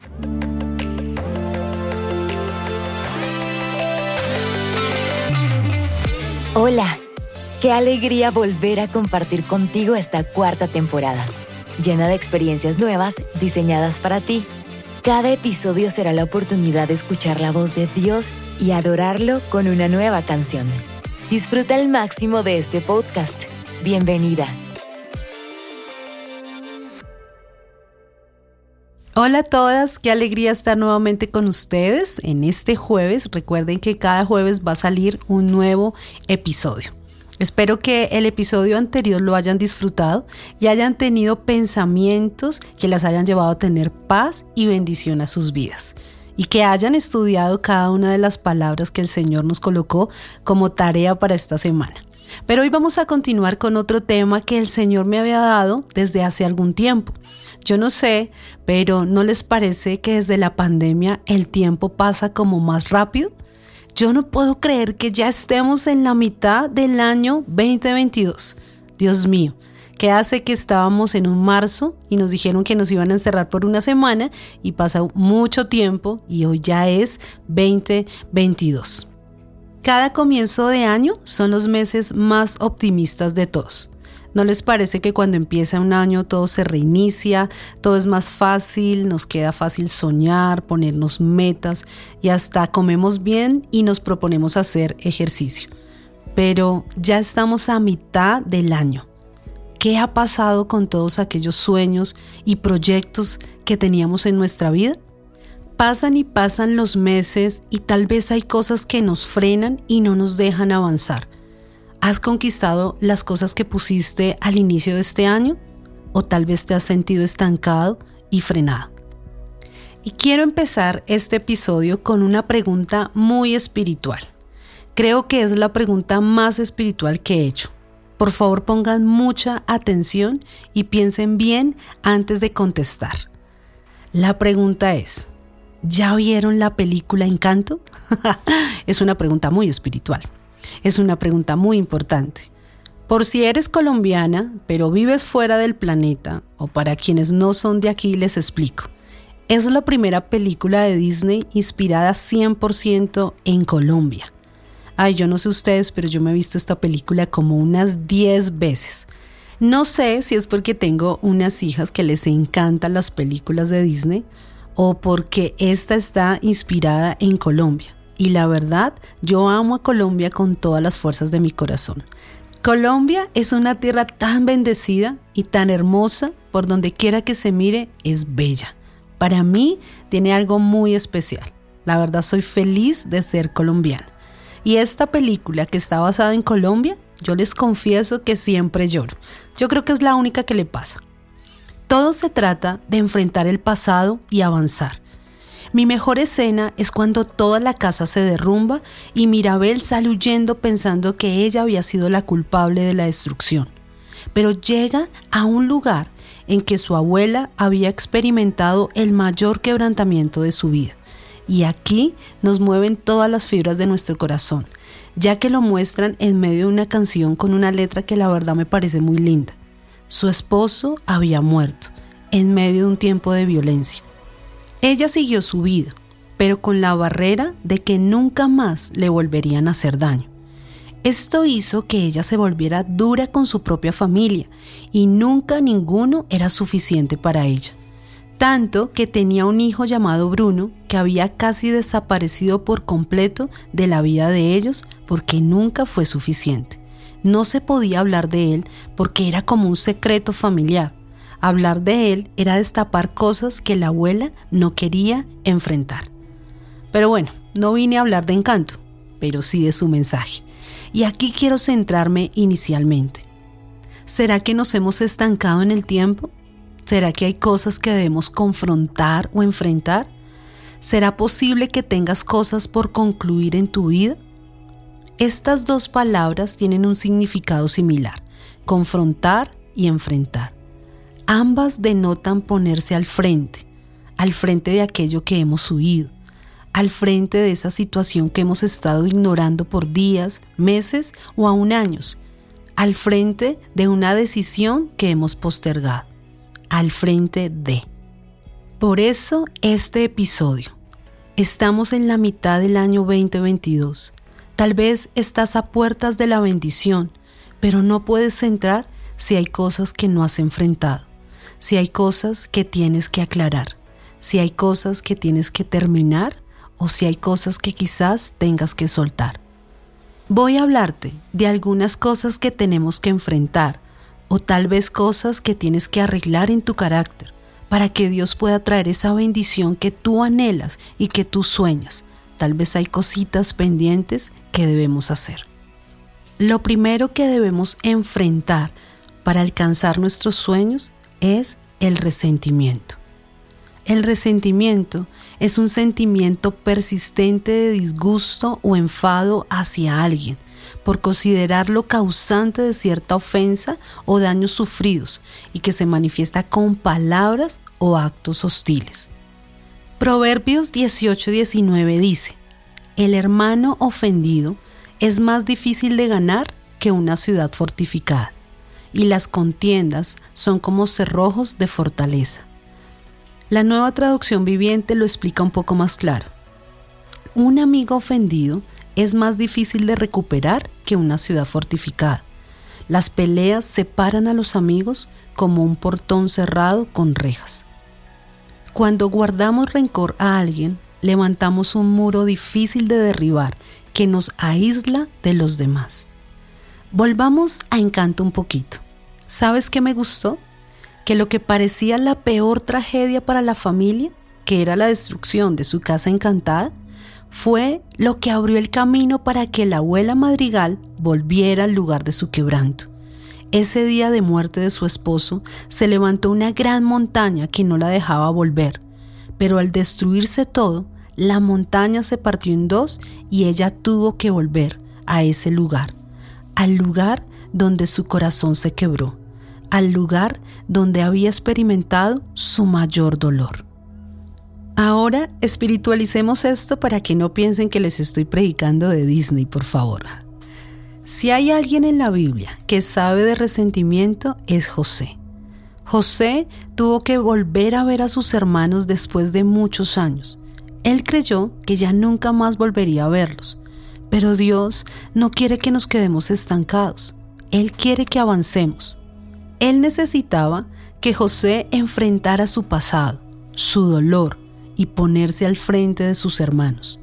Hola, qué alegría volver a compartir contigo esta cuarta temporada, llena de experiencias nuevas diseñadas para ti. Cada episodio será la oportunidad de escuchar la voz de Dios y adorarlo con una nueva canción. Disfruta al máximo de este podcast. Bienvenida. Hola a todas, qué alegría estar nuevamente con ustedes en este jueves. Recuerden que cada jueves va a salir un nuevo episodio. Espero que el episodio anterior lo hayan disfrutado y hayan tenido pensamientos que las hayan llevado a tener paz y bendición a sus vidas. Y que hayan estudiado cada una de las palabras que el Señor nos colocó como tarea para esta semana. Pero hoy vamos a continuar con otro tema que el Señor me había dado desde hace algún tiempo. Yo no sé, pero ¿no les parece que desde la pandemia el tiempo pasa como más rápido? Yo no puedo creer que ya estemos en la mitad del año 2022. Dios mío, ¿qué hace que estábamos en un marzo y nos dijeron que nos iban a encerrar por una semana y pasa mucho tiempo y hoy ya es 2022? Cada comienzo de año son los meses más optimistas de todos. ¿No les parece que cuando empieza un año todo se reinicia, todo es más fácil, nos queda fácil soñar, ponernos metas y hasta comemos bien y nos proponemos hacer ejercicio? Pero ya estamos a mitad del año. ¿Qué ha pasado con todos aquellos sueños y proyectos que teníamos en nuestra vida? Pasan y pasan los meses y tal vez hay cosas que nos frenan y no nos dejan avanzar. ¿Has conquistado las cosas que pusiste al inicio de este año? ¿O tal vez te has sentido estancado y frenado? Y quiero empezar este episodio con una pregunta muy espiritual. Creo que es la pregunta más espiritual que he hecho. Por favor, pongan mucha atención y piensen bien antes de contestar. La pregunta es, ¿ya vieron la película Encanto? Es una pregunta muy espiritual. Es una pregunta muy importante. Por si eres colombiana, pero vives fuera del planeta, o para quienes no son de aquí, les explico. Es la primera película de Disney inspirada 100% en Colombia. Ay, yo no sé ustedes, pero yo me he visto esta película como unas 10 veces. No sé si es porque tengo unas hijas que les encantan las películas de Disney, o porque esta está inspirada en Colombia. Y la verdad, yo amo a Colombia con todas las fuerzas de mi corazón. Colombia es una tierra tan bendecida y tan hermosa, por donde quiera que se mire, es bella. Para mí, tiene algo muy especial. La verdad, soy feliz de ser colombiana. Y esta película que está basada en Colombia, yo les confieso que siempre lloro. Yo creo que es la única que le pasa. Todo se trata de enfrentar el pasado y avanzar. Mi mejor escena es cuando toda la casa se derrumba y Mirabel sale huyendo pensando que ella había sido la culpable de la destrucción. Pero llega a un lugar en que su abuela había experimentado el mayor quebrantamiento de su vida. Y aquí nos mueven todas las fibras de nuestro corazón, ya que lo muestran en medio de una canción con una letra que la verdad me parece muy linda. Su esposo había muerto en medio de un tiempo de violencia. Ella siguió su vida, pero con la barrera de que nunca más le volverían a hacer daño. Esto hizo que ella se volviera dura con su propia familia y nunca ninguno era suficiente para ella. Tanto que tenía un hijo llamado Bruno que había casi desaparecido por completo de la vida de ellos porque nunca fue suficiente. No se podía hablar de él porque era como un secreto familiar. Hablar de él era destapar cosas que la abuela no quería enfrentar. Pero bueno, no vine a hablar de Encanto, pero sí de su mensaje. Y aquí quiero centrarme inicialmente. ¿Será que nos hemos estancado en el tiempo? ¿Será que hay cosas que debemos confrontar o enfrentar? ¿Será posible que tengas cosas por concluir en tu vida? Estas dos palabras tienen un significado similar, confrontar y enfrentar. Ambas denotan ponerse al frente de aquello que hemos huido, al frente de esa situación que hemos estado ignorando por días, meses o aún años, al frente de una decisión que hemos postergado, al frente de. Por eso este episodio. Estamos en la mitad del año 2022. Tal vez estás a puertas de la bendición, pero no puedes entrar si hay cosas que no has enfrentado, si hay cosas que tienes que aclarar, si hay cosas que tienes que terminar o si hay cosas que quizás tengas que soltar. Voy a hablarte de algunas cosas que tenemos que enfrentar o tal vez cosas que tienes que arreglar en tu carácter para que Dios pueda traer esa bendición que tú anhelas y que tú sueñas. Tal vez hay cositas pendientes que debemos hacer. Lo primero que debemos enfrentar para alcanzar nuestros sueños es el resentimiento. El resentimiento es un sentimiento persistente de disgusto o enfado hacia alguien por considerarlo causante de cierta ofensa o daños sufridos y que se manifiesta con palabras o actos hostiles. Proverbios 18:19 dice: el hermano ofendido es más difícil de ganar que una ciudad fortificada, y las contiendas son como cerrojos de fortaleza. La Nueva Traducción Viviente lo explica un poco más claro. Un amigo ofendido es más difícil de recuperar que una ciudad fortificada. Las peleas separan a los amigos como un portón cerrado con rejas. Cuando guardamos rencor a alguien, levantamos un muro difícil de derribar que nos aísla de los demás. Volvamos a Encanto un poquito. ¿Sabes qué me gustó? Que lo que parecía la peor tragedia para la familia, que era la destrucción de su casa encantada, fue lo que abrió el camino para que la abuela Madrigal volviera al lugar de su quebranto. Ese día de muerte de su esposo se levantó una gran montaña que no la dejaba volver, pero al destruirse todo, la montaña se partió en dos y ella tuvo que volver a ese lugar, al lugar donde su corazón se quebró, al lugar donde había experimentado su mayor dolor. Ahora espiritualicemos esto para que no piensen que les estoy predicando de Disney, por favor. Si hay alguien en la Biblia que sabe de resentimiento, es José. José tuvo que volver a ver a sus hermanos después de muchos años. Él creyó que ya nunca más volvería a verlos, pero Dios no quiere que nos quedemos estancados. Él quiere que avancemos. Él necesitaba que José enfrentara su pasado, su dolor y ponerse al frente de sus hermanos.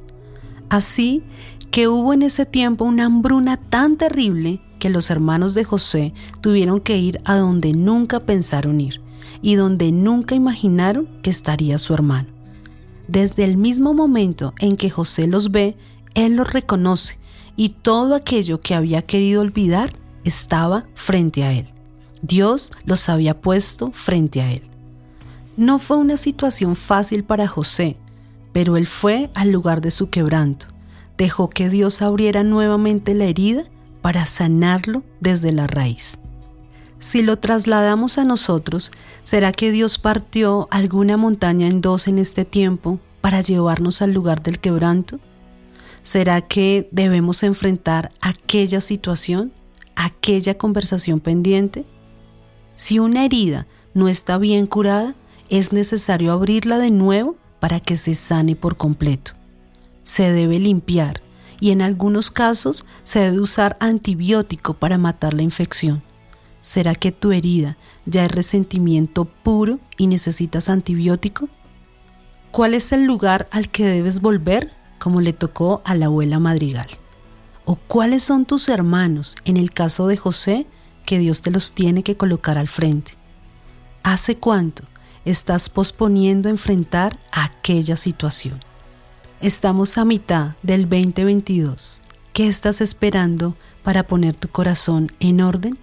Así que hubo en ese tiempo una hambruna tan terrible que los hermanos de José tuvieron que ir a donde nunca pensaron ir y donde nunca imaginaron que estaría su hermano. Desde el mismo momento en que José los ve, él los reconoce y todo aquello que había querido olvidar estaba frente a él. Dios los había puesto frente a él. No fue una situación fácil para José, pero él fue al lugar de su quebranto. Dejó que Dios abriera nuevamente la herida para sanarlo desde la raíz. Si lo trasladamos a nosotros, ¿será que Dios partió alguna montaña en dos en este tiempo para llevarnos al lugar del quebranto? ¿Será que debemos enfrentar aquella situación, aquella conversación pendiente? Si una herida no está bien curada, es necesario abrirla de nuevo para que se sane por completo. Se debe limpiar y en algunos casos se debe usar antibiótico para matar la infección. ¿Será que tu herida ya es resentimiento puro y necesitas antibiótico? ¿Cuál es el lugar al que debes volver, como le tocó a la abuela Madrigal? ¿O cuáles son tus hermanos, en el caso de José, que Dios te los tiene que colocar al frente? ¿Hace cuánto estás posponiendo enfrentar aquella situación? Estamos a mitad del 2022. ¿Qué estás esperando para poner tu corazón en orden?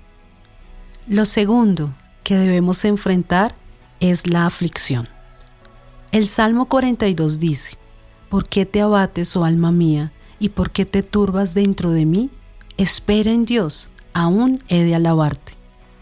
Lo segundo que debemos enfrentar es la aflicción. El Salmo 42 dice: ¿Por qué te abates, oh alma mía, y por qué te turbas dentro de mí? Espera en Dios, aún he de alabarte.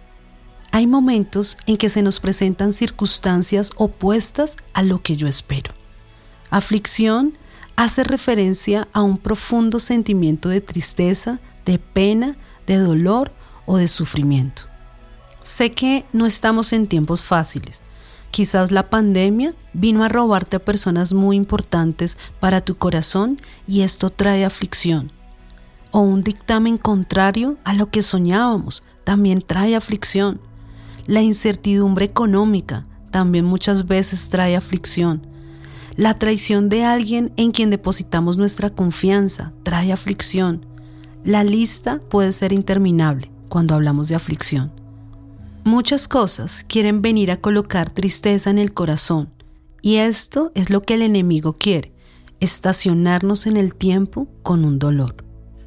Hay momentos en que se nos presentan circunstancias opuestas a lo que yo espero. Aflicción hace referencia a un profundo sentimiento de tristeza, de pena, de dolor o de sufrimiento. Sé que no estamos en tiempos fáciles, Quizás la pandemia vino a robarte a personas muy importantes para tu corazón y esto trae aflicción. O un dictamen contrario a lo que soñábamos también trae aflicción. La incertidumbre económica también muchas veces trae aflicción. La traición de alguien en quien depositamos nuestra confianza trae aflicción. La lista puede ser interminable cuando hablamos de aflicción. Muchas cosas quieren venir a colocar tristeza en el corazón, y esto es lo que el enemigo quiere, estacionarnos en el tiempo con un dolor.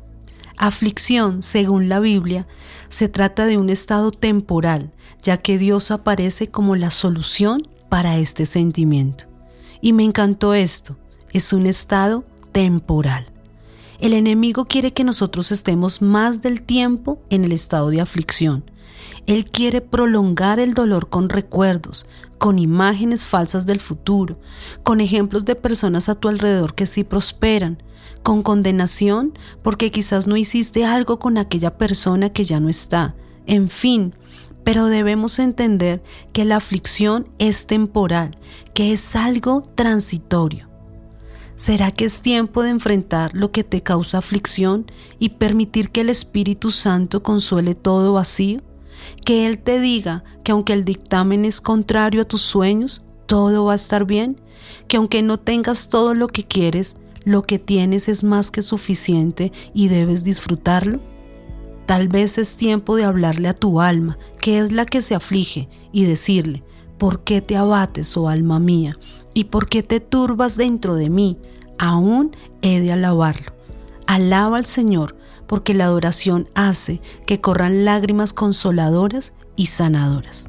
Aflicción, según la Biblia, se trata de un estado temporal, ya que Dios aparece como la solución para este sentimiento. Y me encantó esto, es un estado temporal. El enemigo quiere que nosotros estemos más del tiempo en el estado de aflicción. Él quiere prolongar el dolor con recuerdos, con imágenes falsas del futuro, con ejemplos de personas a tu alrededor que sí prosperan, con condenación porque quizás no hiciste algo con aquella persona que ya no está, en fin. Pero debemos entender que la aflicción es temporal, que es algo transitorio. ¿Será que es tiempo de enfrentar lo que te causa aflicción y permitir que el Espíritu Santo consuele todo vacío? Que Él te diga que aunque el dictamen es contrario a tus sueños, todo va a estar bien, que aunque no tengas todo lo que quieres, lo que tienes es más que suficiente y debes disfrutarlo. Tal vez es tiempo de hablarle a tu alma, que es la que se aflige, y decirle: ¿por qué te abates, oh alma mía? ¿Y por qué te turbas dentro de mí? Aún he de alabarlo. Alaba al Señor, porque la adoración hace que corran lágrimas consoladoras y sanadoras.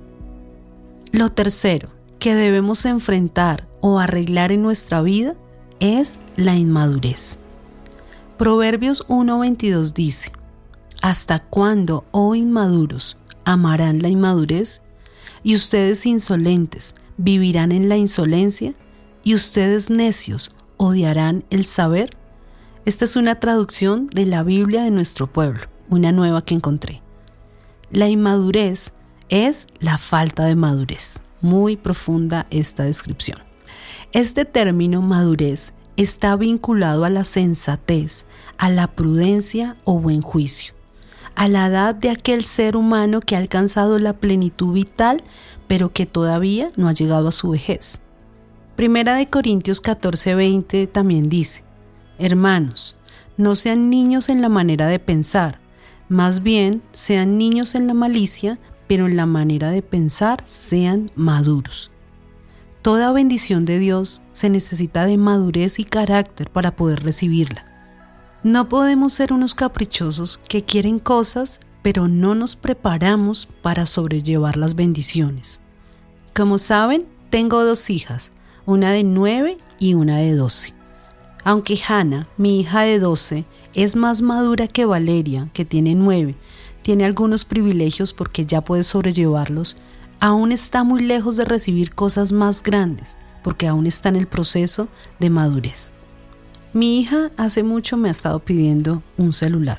Lo tercero que debemos enfrentar o arreglar en nuestra vida es la inmadurez. Proverbios 1:22 dice: ¿hasta cuándo, oh inmaduros, amarán la inmadurez? Y ustedes insolentes vivirán en la insolencia, y ustedes necios odiarán el saber. Esta es una traducción de la Biblia de nuestro pueblo, una nueva que encontré. La inmadurez es la falta de madurez. Muy profunda esta descripción. Este término madurez está vinculado a la sensatez, a la prudencia o buen juicio, a la edad de aquel ser humano que ha alcanzado la plenitud vital, pero que todavía no ha llegado a su vejez. Primera de Corintios 14:20 también dice: hermanos, no sean niños en la manera de pensar, más bien sean niños en la malicia, pero en la manera de pensar sean maduros. Toda bendición de Dios se necesita de madurez y carácter para poder recibirla. No podemos ser unos caprichosos que quieren cosas, pero no nos preparamos para sobrellevar las bendiciones. Como saben, tengo 2 hijas, una de 9 y una de 12. Aunque Hannah, mi hija de 12, es más madura que Valeria, que tiene 9, tiene algunos privilegios porque ya puede sobrellevarlos, aún está muy lejos de recibir cosas más grandes, porque aún está en el proceso de madurez. Mi hija hace mucho me ha estado pidiendo un celular.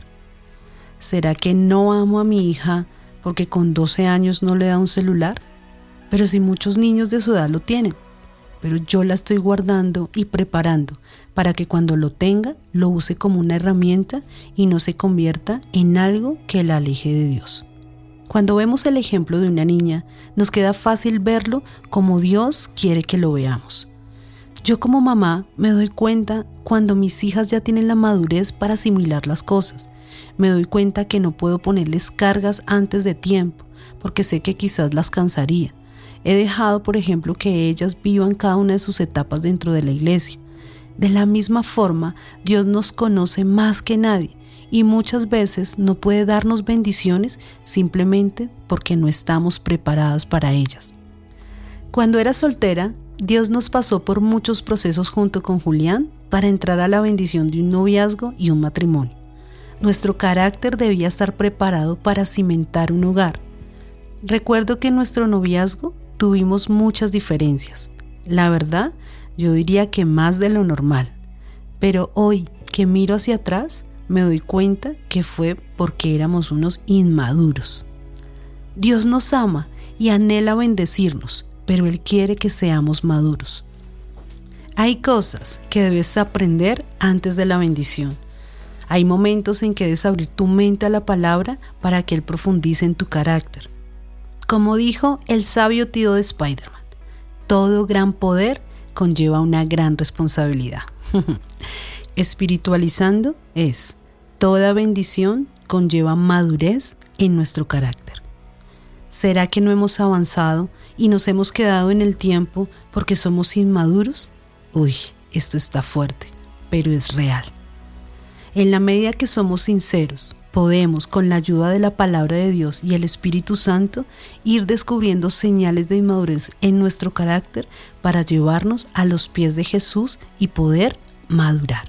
¿Será que no amo a mi hija porque con 12 años no le da un celular? Pero si muchos niños de su edad lo tienen. Pero yo la estoy guardando y preparando para que cuando lo tenga, lo use como una herramienta y no se convierta en algo que la aleje de Dios. Cuando vemos el ejemplo de una niña, nos queda fácil verlo como Dios quiere que lo veamos. Yo como mamá me doy cuenta cuando mis hijas ya tienen la madurez para asimilar las cosas. Me doy cuenta que no puedo ponerles cargas antes de tiempo, porque sé que quizás las cansaría. He dejado, por ejemplo, que ellas vivan cada una de sus etapas dentro de la iglesia. De la misma forma, Dios nos conoce más que nadie y muchas veces no puede darnos bendiciones simplemente porque no estamos preparadas para ellas. Cuando era soltera, Dios nos pasó por muchos procesos junto con Julián para entrar a la bendición de un noviazgo y un matrimonio. Nuestro carácter debía estar preparado para cimentar un hogar. Recuerdo que en nuestro noviazgo tuvimos muchas diferencias. La verdad, yo diría que más de lo normal. Pero hoy que miro hacia atrás, me doy cuenta que fue porque éramos unos inmaduros. Dios nos ama y anhela bendecirnos, pero Él quiere que seamos maduros. Hay cosas que debes aprender antes de la bendición. Hay momentos en que debes abrir tu mente a la palabra para que Él profundice en tu carácter. Como dijo el sabio tío de Spider-Man, todo gran poder conlleva una gran responsabilidad. Espiritualizando es, toda bendición conlleva madurez en nuestro carácter. ¿Será que no hemos avanzado y nos hemos quedado en el tiempo porque somos inmaduros? Uy, esto está fuerte, pero es real. En la medida que somos sinceros, podemos, con la ayuda de la palabra de Dios y el Espíritu Santo, ir descubriendo señales de inmadurez en nuestro carácter para llevarnos a los pies de Jesús y poder madurar.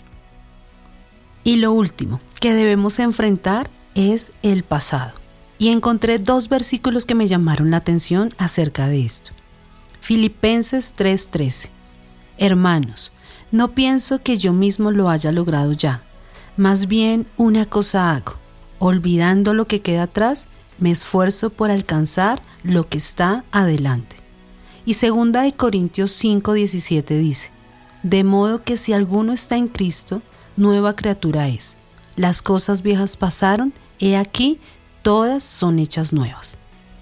Y lo último que debemos enfrentar es el pasado. Y encontré 2 versículos que me llamaron la atención acerca de esto. Filipenses 3:13. Hermanos, no pienso que yo mismo lo haya logrado ya. Más bien una cosa hago. Olvidando lo que queda atrás, me esfuerzo por alcanzar lo que está adelante. Y 2 Corintios 5:17 dice, de modo que si alguno está en Cristo, nueva criatura es. Las cosas viejas pasaron, he aquí, todas son hechas nuevas.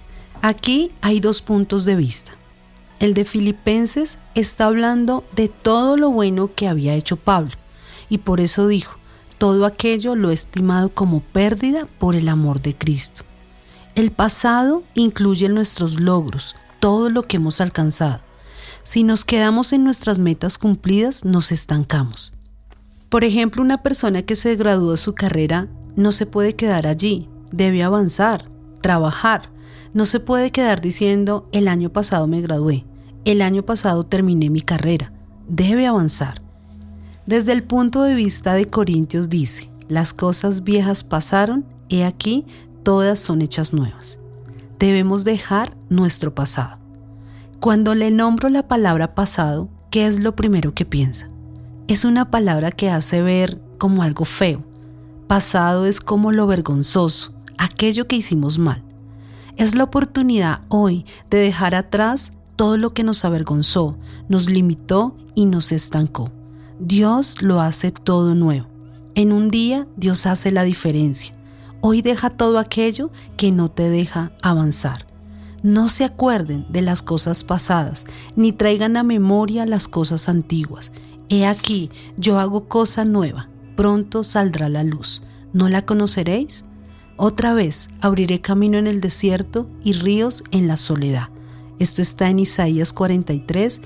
Aquí hay 2 puntos de vista. El de Filipenses está hablando de todo lo bueno que había hecho Pablo, y por eso dijo, todo aquello lo he estimado como pérdida por el amor de Cristo. El pasado incluye nuestros logros, todo lo que hemos alcanzado. Si nos quedamos en nuestras metas cumplidas, nos estancamos. Por ejemplo, una persona que se graduó de su carrera no se puede quedar allí, debe avanzar, trabajar. No se puede quedar diciendo, el año pasado me gradué, el año pasado terminé mi carrera. Debe avanzar. Desde el punto de vista de Corintios dice, las cosas viejas pasaron, he aquí, todas son hechas nuevas. Debemos dejar nuestro pasado. Cuando le nombro la palabra pasado, ¿qué es lo primero que piensa? Es una palabra que hace ver como algo feo. Pasado es como lo vergonzoso, aquello que hicimos mal. Es la oportunidad hoy de dejar atrás todo lo que nos avergonzó, nos limitó y nos estancó. Dios lo hace todo nuevo. En un día Dios hace la diferencia. Hoy deja todo aquello que no te deja avanzar. No se acuerden de las cosas pasadas, ni traigan a memoria las cosas antiguas. He aquí, yo hago cosa nueva, pronto saldrá la luz. ¿No la conoceréis? Otra vez abriré camino en el desierto y ríos en la soledad. Esto está en Isaías 43,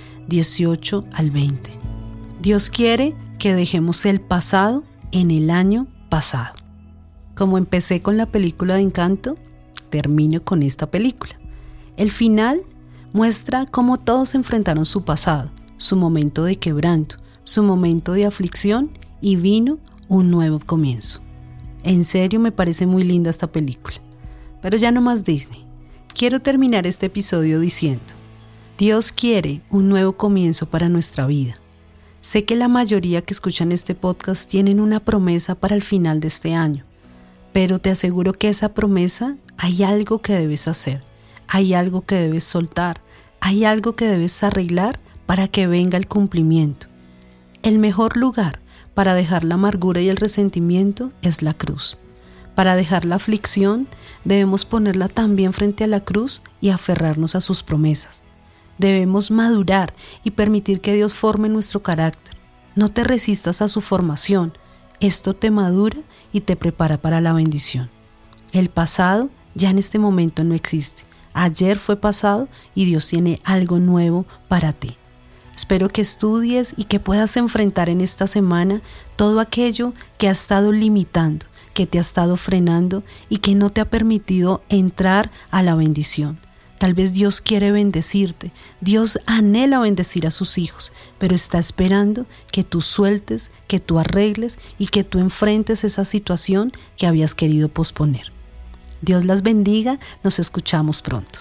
18 al 20. Dios quiere que dejemos el pasado en el año pasado. Como empecé con la película de Encanto, termino con esta película. El final muestra cómo todos enfrentaron su pasado, su momento de quebranto, su momento de aflicción y vino un nuevo comienzo. En serio me parece muy linda esta película. Pero ya no más Disney. Quiero terminar este episodio diciendo, Dios quiere un nuevo comienzo para nuestra vida. Sé que la mayoría que escuchan este podcast tienen una promesa para el final de este año, pero te aseguro que esa promesa hay algo que debes hacer, hay algo que debes soltar, hay algo que debes arreglar para que venga el cumplimiento. El mejor lugar para dejar la amargura y el resentimiento es la cruz. Para dejar la aflicción, debemos ponerla también frente a la cruz y aferrarnos a sus promesas. Debemos madurar y permitir que Dios forme nuestro carácter. No te resistas a su formación. Esto te madura y te prepara para la bendición. El pasado ya en este momento no existe. Ayer fue pasado y Dios tiene algo nuevo para ti. Espero que estudies y que puedas enfrentar en esta semana todo aquello que ha estado limitando, que te ha estado frenando y que no te ha permitido entrar a la bendición. Tal vez Dios quiere bendecirte, Dios anhela bendecir a sus hijos, pero está esperando que tú sueltes, que tú arregles y que tú enfrentes esa situación que habías querido posponer. Dios las bendiga, nos escuchamos pronto.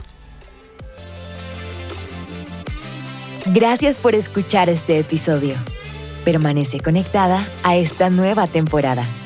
Gracias por escuchar este episodio. Permanece conectada a esta nueva temporada.